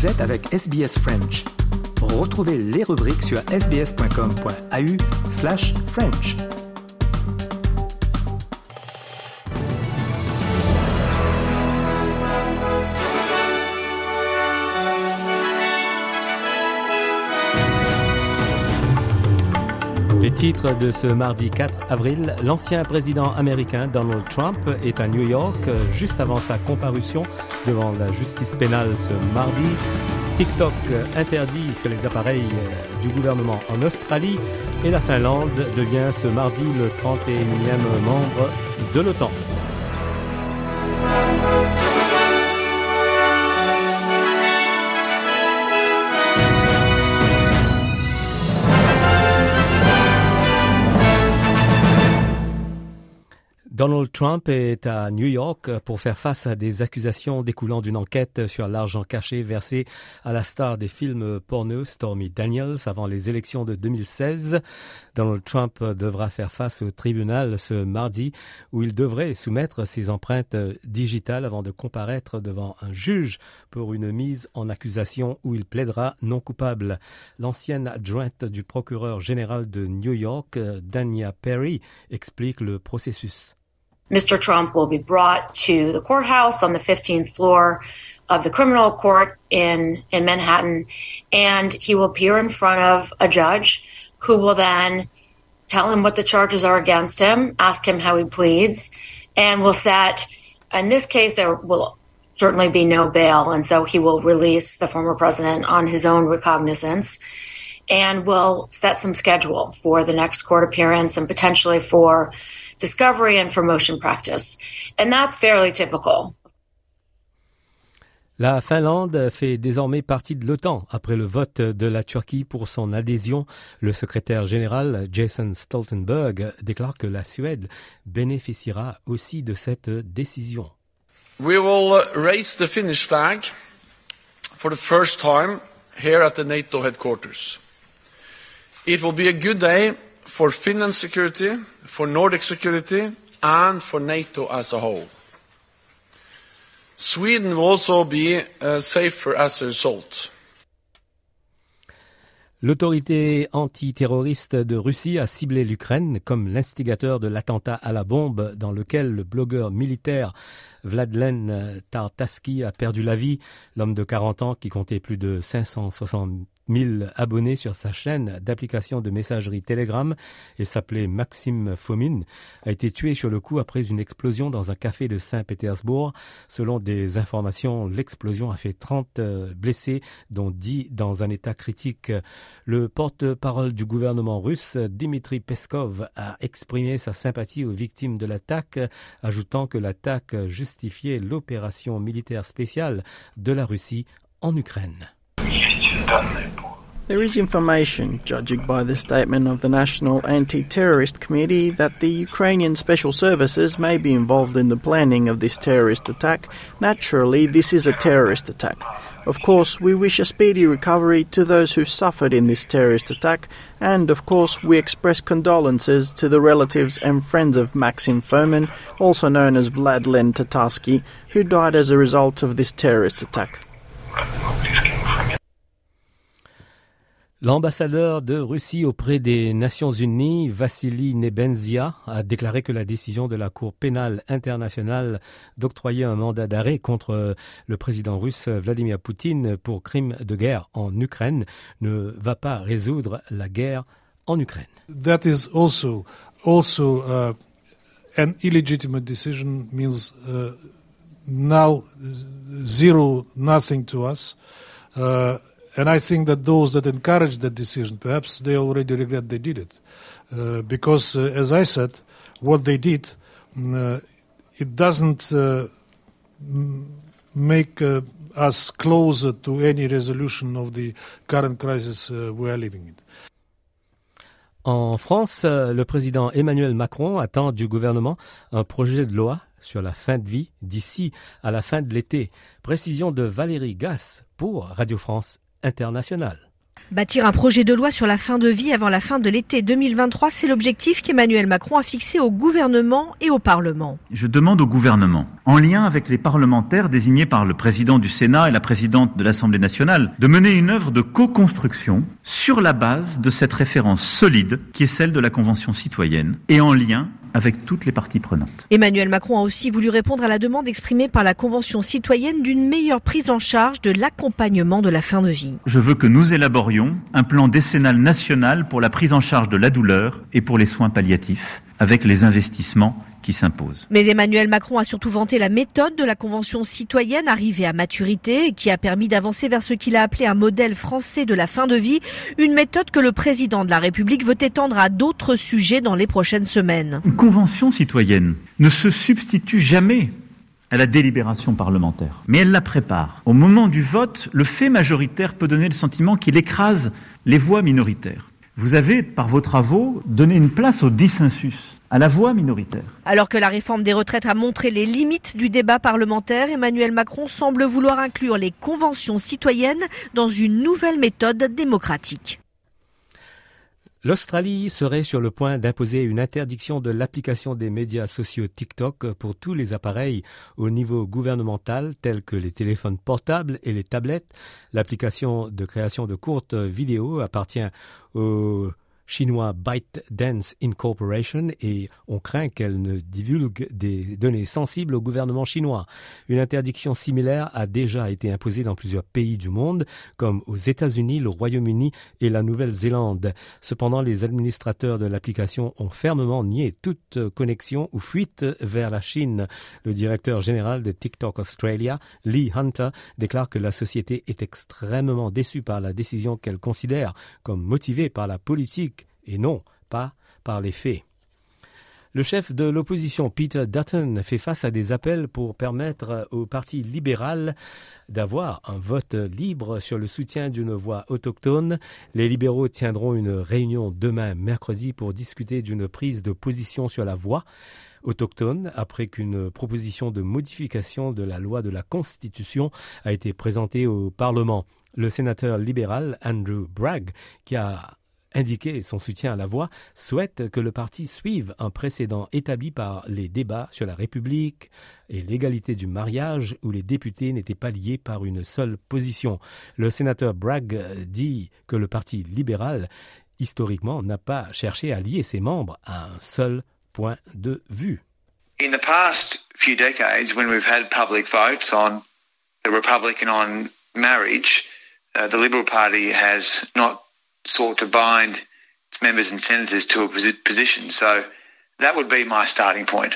Vous êtes avec SBS French. Retrouvez les rubriques sur sbs.com.au/French. Les titres de ce mardi 4 avril, l'ancien président américain Donald Trump est à New York juste avant sa comparution devant la justice pénale ce mardi. TikTok interdit sur les appareils du gouvernement en Australie et la Finlande devient ce mardi le 31e membre de l'OTAN. Donald Trump est à New York pour faire face à des accusations découlant d'une enquête sur l'argent caché versé à la star des films porno Stormy Daniels avant les élections de 2016. Donald Trump devra faire face au tribunal ce mardi où il devrait soumettre ses empreintes digitales avant de comparaître devant un juge pour une mise en accusation où il plaidera non coupable. L'ancienne adjointe du procureur général de New York, Dania Perry, explique le processus. Mr. Trump will be brought to the courthouse on the 15th floor of the criminal court in Manhattan, and he will appear in front of a judge who will then tell him what the charges are against him, ask him how he pleads, and will set, in this case, there will certainly be no bail, and so he will release the former president on his own recognizance and will set some schedule for the next court appearance and potentially for discovery and for motion practice. And that's fairly typical. La Finlande fait désormais partie de l'OTAN après le vote de la Turquie pour son adhésion. Le secrétaire général Jason Stoltenberg déclare que la Suède bénéficiera aussi de cette décision. We will raise the Finnish flag for the first time here at the NATO headquarters. It will be a good day for Finland's security, for Nordic security, and for NATO as a whole. Sweden will also be safer as a result. L'autorité antiterroriste de Russie a ciblé l'Ukraine comme l'instigateur de l'attentat à la bombe dans lequel le blogueur militaire Vladlen Tartaski a perdu la vie. L'homme de 40 ans qui comptait plus de 560 000 abonnés sur sa chaîne d'application de messagerie Telegram et s'appelait Maxime Fomin, a été tué sur le coup après une explosion dans un café de Saint-Pétersbourg. Selon des informations, l'explosion a fait 30 blessés, dont 10 dans un état critique. Le porte-parole du gouvernement russe, Dmitry Peskov, a exprimé sa sympathie aux victimes de l'attaque, ajoutant que l'attaque justifiait l'opération militaire spéciale de la Russie en Ukraine. There is information, judging by the statement of the National Anti-Terrorist Committee, that the Ukrainian Special Services may be involved in the planning of this terrorist attack. Naturally, this is a terrorist attack. Of course, we wish a speedy recovery to those who suffered in this terrorist attack, and of course, we express condolences to the relatives and friends of Maxim Fomin, also known as Vladlen Tatarsky, who died as a result of this terrorist attack. L'ambassadeur de Russie auprès des Nations Unies, Vassili Nebenzia, a déclaré que la décision de la Cour pénale internationale d'octroyer un mandat d'arrêt contre le président russe Vladimir Poutine pour crimes de guerre en Ukraine ne va pas résoudre la guerre en Ukraine. That is also an illegitimate decision, means now zero, nothing to us. And I think that those that encourage that decision, perhaps they already regret they did it. Because, as I said, what they did, it doesn't make us closer to any resolution of the current crisis we are living in. En France, le président Emmanuel Macron attend du gouvernement un projet de loi sur la fin de vie d'ici à la fin de l'été. Précision de Valérie Gasse pour Radio France Internationale. Bâtir un projet de loi sur la fin de vie avant la fin de l'été 2023, c'est l'objectif qu'Emmanuel Macron a fixé au gouvernement et au Parlement. Je demande au gouvernement, en lien avec les parlementaires désignés par le président du Sénat et la présidente de l'Assemblée nationale, de mener une œuvre de co-construction sur la base de cette référence solide qui est celle de la Convention citoyenne et en lien avec toutes les parties prenantes. Emmanuel Macron a aussi voulu répondre à la demande exprimée par la Convention citoyenne d'une meilleure prise en charge de l'accompagnement de la fin de vie. Je veux que nous élaborions un plan décennal national pour la prise en charge de la douleur et pour les soins palliatifs, avec les investissements qui s'imposent. Mais Emmanuel Macron a surtout vanté la méthode de la Convention citoyenne arrivée à maturité et qui a permis d'avancer vers ce qu'il a appelé un modèle français de la fin de vie, une méthode que le président de la République veut étendre à d'autres sujets dans les prochaines semaines. Une Convention citoyenne ne se substitue jamais à la délibération parlementaire, mais elle la prépare. Au moment du vote, le fait majoritaire peut donner le sentiment qu'il écrase les voix minoritaires. Vous avez, par vos travaux, donné une place au dissensus, à la voix minoritaire. Alors que la réforme des retraites a montré les limites du débat parlementaire, Emmanuel Macron semble vouloir inclure les conventions citoyennes dans une nouvelle méthode démocratique. L'Australie serait sur le point d'imposer une interdiction de l'application des médias sociaux TikTok pour tous les appareils au niveau gouvernemental tels que les téléphones portables et les tablettes. L'application de création de courtes vidéos appartient au chinois ByteDance Incorporation et on craint qu'elle ne divulgue des données sensibles au gouvernement chinois. Une interdiction similaire a déjà été imposée dans plusieurs pays du monde, comme aux États-Unis, le Royaume-Uni et la Nouvelle-Zélande. Cependant, les administrateurs de l'application ont fermement nié toute connexion ou fuite vers la Chine. Le directeur général de TikTok Australia, Lee Hunter, déclare que la société est extrêmement déçue par la décision qu'elle considère comme motivée par la politique et non pas par les faits. Le chef de l'opposition, Peter Dutton, fait face à des appels pour permettre au Parti libéral d'avoir un vote libre sur le soutien d'une voix autochtone. Les libéraux tiendront une réunion demain, mercredi, pour discuter d'une prise de position sur la voix autochtone après qu'une proposition de modification de la loi de la Constitution a été présentée au Parlement. Le sénateur libéral Andrew Bragg, qui a indiqué son soutien à la voix, souhaite que le parti suive un précédent établi par les débats sur la République et l'égalité du mariage où les députés n'étaient pas liés par une seule position. Le sénateur Bragg dit que le parti libéral, historiquement, n'a pas cherché à lier ses membres à un seul point de vue. In the past few decades, when we've had public votes on the Republican on marriage, the Liberal Party has not sought to bind its members and senators to a position. So that would be my starting point.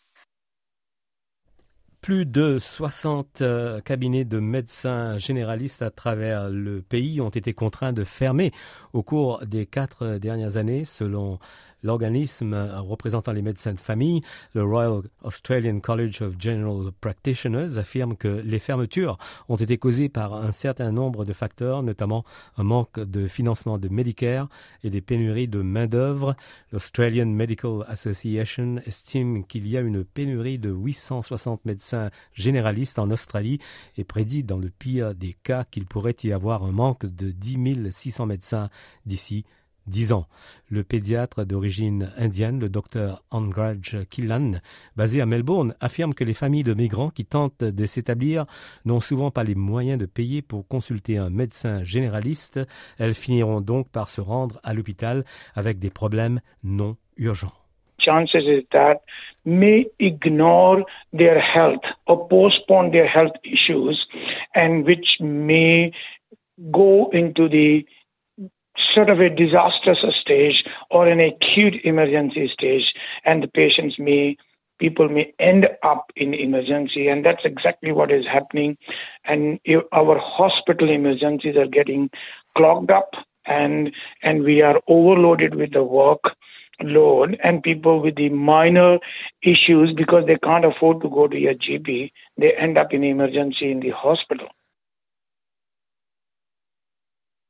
Plus de 60 cabinets de médecins généralistes à travers le pays ont été contraints de fermer au cours des 4 dernières années, selon l'organisme représentant les médecins de famille. Le Royal Australian College of General Practitioners affirme que les fermetures ont été causées par un certain nombre de facteurs, notamment un manque de financement de Medicare et des pénuries de main-d'œuvre. L'Australian Medical Association estime qu'il y a une pénurie de 860 médecins généralistes en Australie et prédit dans le pire des cas qu'il pourrait y avoir un manque de 10 600 médecins d'ici 10 ans. Le pédiatre d'origine indienne, le docteur Angraj Killan, basé à Melbourne, affirme que les familles de migrants qui tentent de s'établir n'ont souvent pas les moyens de payer pour consulter un médecin généraliste. Elles finiront donc par se rendre à l'hôpital avec des problèmes non urgents. Chances is that may ignore their health or postpone their health issues and which may go into the sort of a disastrous stage or an acute emergency stage, and the people may end up in emergency, and that's exactly what is happening. And our hospital emergencies are getting clogged up, and we are overloaded with the workload, and people with the minor issues, because they can't afford to go to a GP, they end up in emergency in the hospital.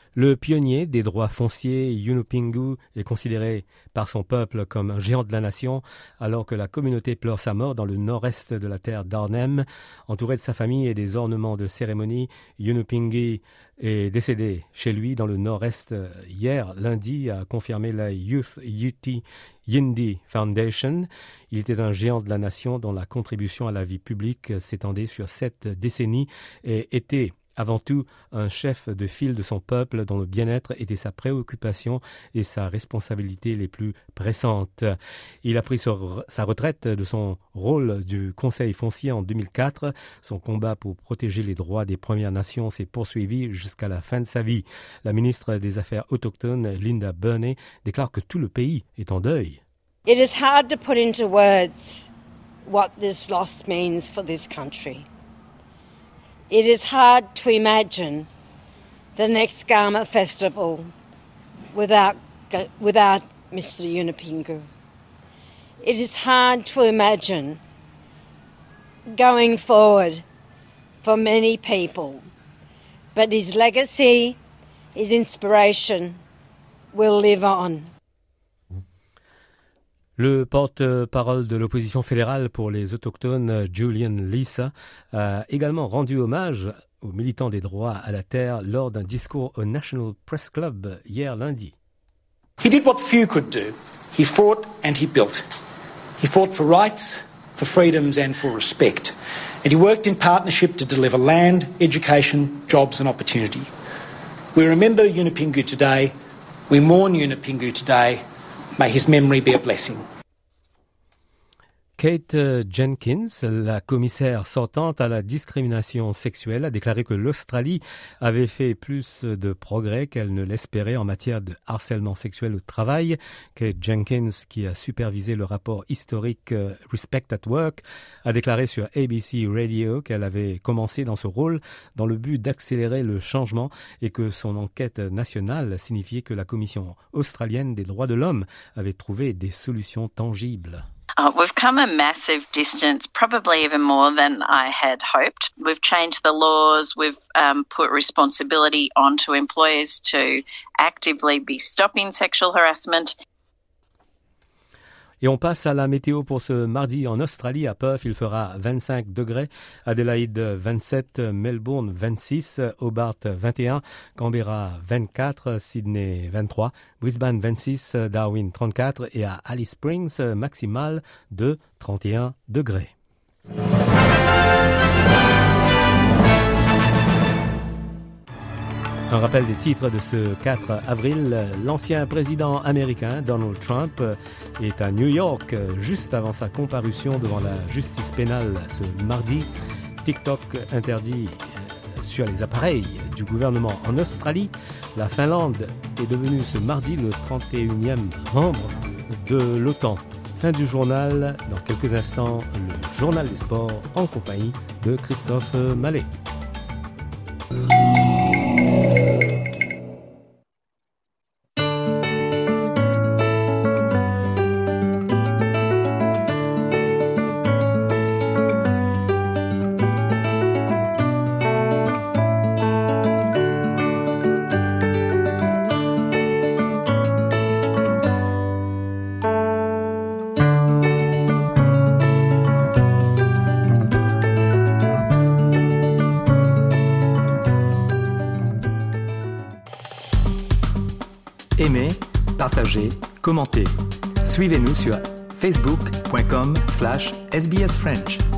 Le pionnier des droits fonciers, Yunupingu, est considéré par son peuple comme un géant de la nation, alors que la communauté pleure sa mort dans le nord-est de la terre d'Arnhem. Entouré de sa famille et des ornements de cérémonie, Yunupingu est décédé chez lui dans le nord-est hier, lundi, a confirmé la Youth Yindi Foundation. Il était un géant de la nation dont la contribution à la vie publique s'étendait sur 7 décennies et était avant tout un chef de file de son peuple dont le bien-être était sa préoccupation et sa responsabilité les plus pressantes. Il a pris sa retraite de son rôle du Conseil foncier en 2004. Son combat pour protéger les droits des Premières Nations s'est poursuivi jusqu'à la fin de sa vie. La ministre des Affaires autochtones, Linda Burney, déclare que tout le pays est en deuil. It is hard to put into words what this loss means for this country. It is hard to imagine the next Garma festival without Mr. Yunupingu. It is hard to imagine going forward for many people, but his legacy, his inspiration will live on. Le porte-parole de l'opposition fédérale pour les autochtones, Julian Lisa, a également rendu hommage aux militants des droits à la terre lors d'un discours au National Press Club hier lundi. He did what few could do. He fought and he built. He fought for rights, for freedoms and for respect. And he worked in partnership to deliver land, education, jobs and opportunity. We remember Yunupingu today. We mourn Yunupingu today. May his memory be a blessing. Kate Jenkins, la commissaire sortante à la discrimination sexuelle, a déclaré que l'Australie avait fait plus de progrès qu'elle ne l'espérait en matière de harcèlement sexuel au travail. Kate Jenkins, qui a supervisé le rapport historique Respect at Work, a déclaré sur ABC Radio qu'elle avait commencé dans ce rôle dans le but d'accélérer le changement et que son enquête nationale signifiait que la Commission australienne des droits de l'homme avait trouvé des solutions tangibles. We've come a massive distance, probably even more than I had hoped. We've changed the laws. We've put responsibility onto employers to actively be stopping sexual harassment. Et on passe à la météo pour ce mardi en Australie. À Perth, il fera 25 degrés. Adélaïde, 27. Melbourne, 26. Hobart, 21. Canberra, 24. Sydney, 23. Brisbane, 26. Darwin, 34. Et à Alice Springs, maximale de 31 degrés. Un rappel des titres de ce 4 avril. L'ancien président américain Donald Trump est à New York juste avant sa comparution devant la justice pénale ce mardi. TikTok interdit sur les appareils du gouvernement en Australie. La Finlande est devenue ce mardi le 31e membre de l'OTAN. Fin du journal. Dans quelques instants, le journal des sports en compagnie de Christophe Mallet. Aimez, partagez, commentez. Suivez-nous sur facebook.com/sbsfrench.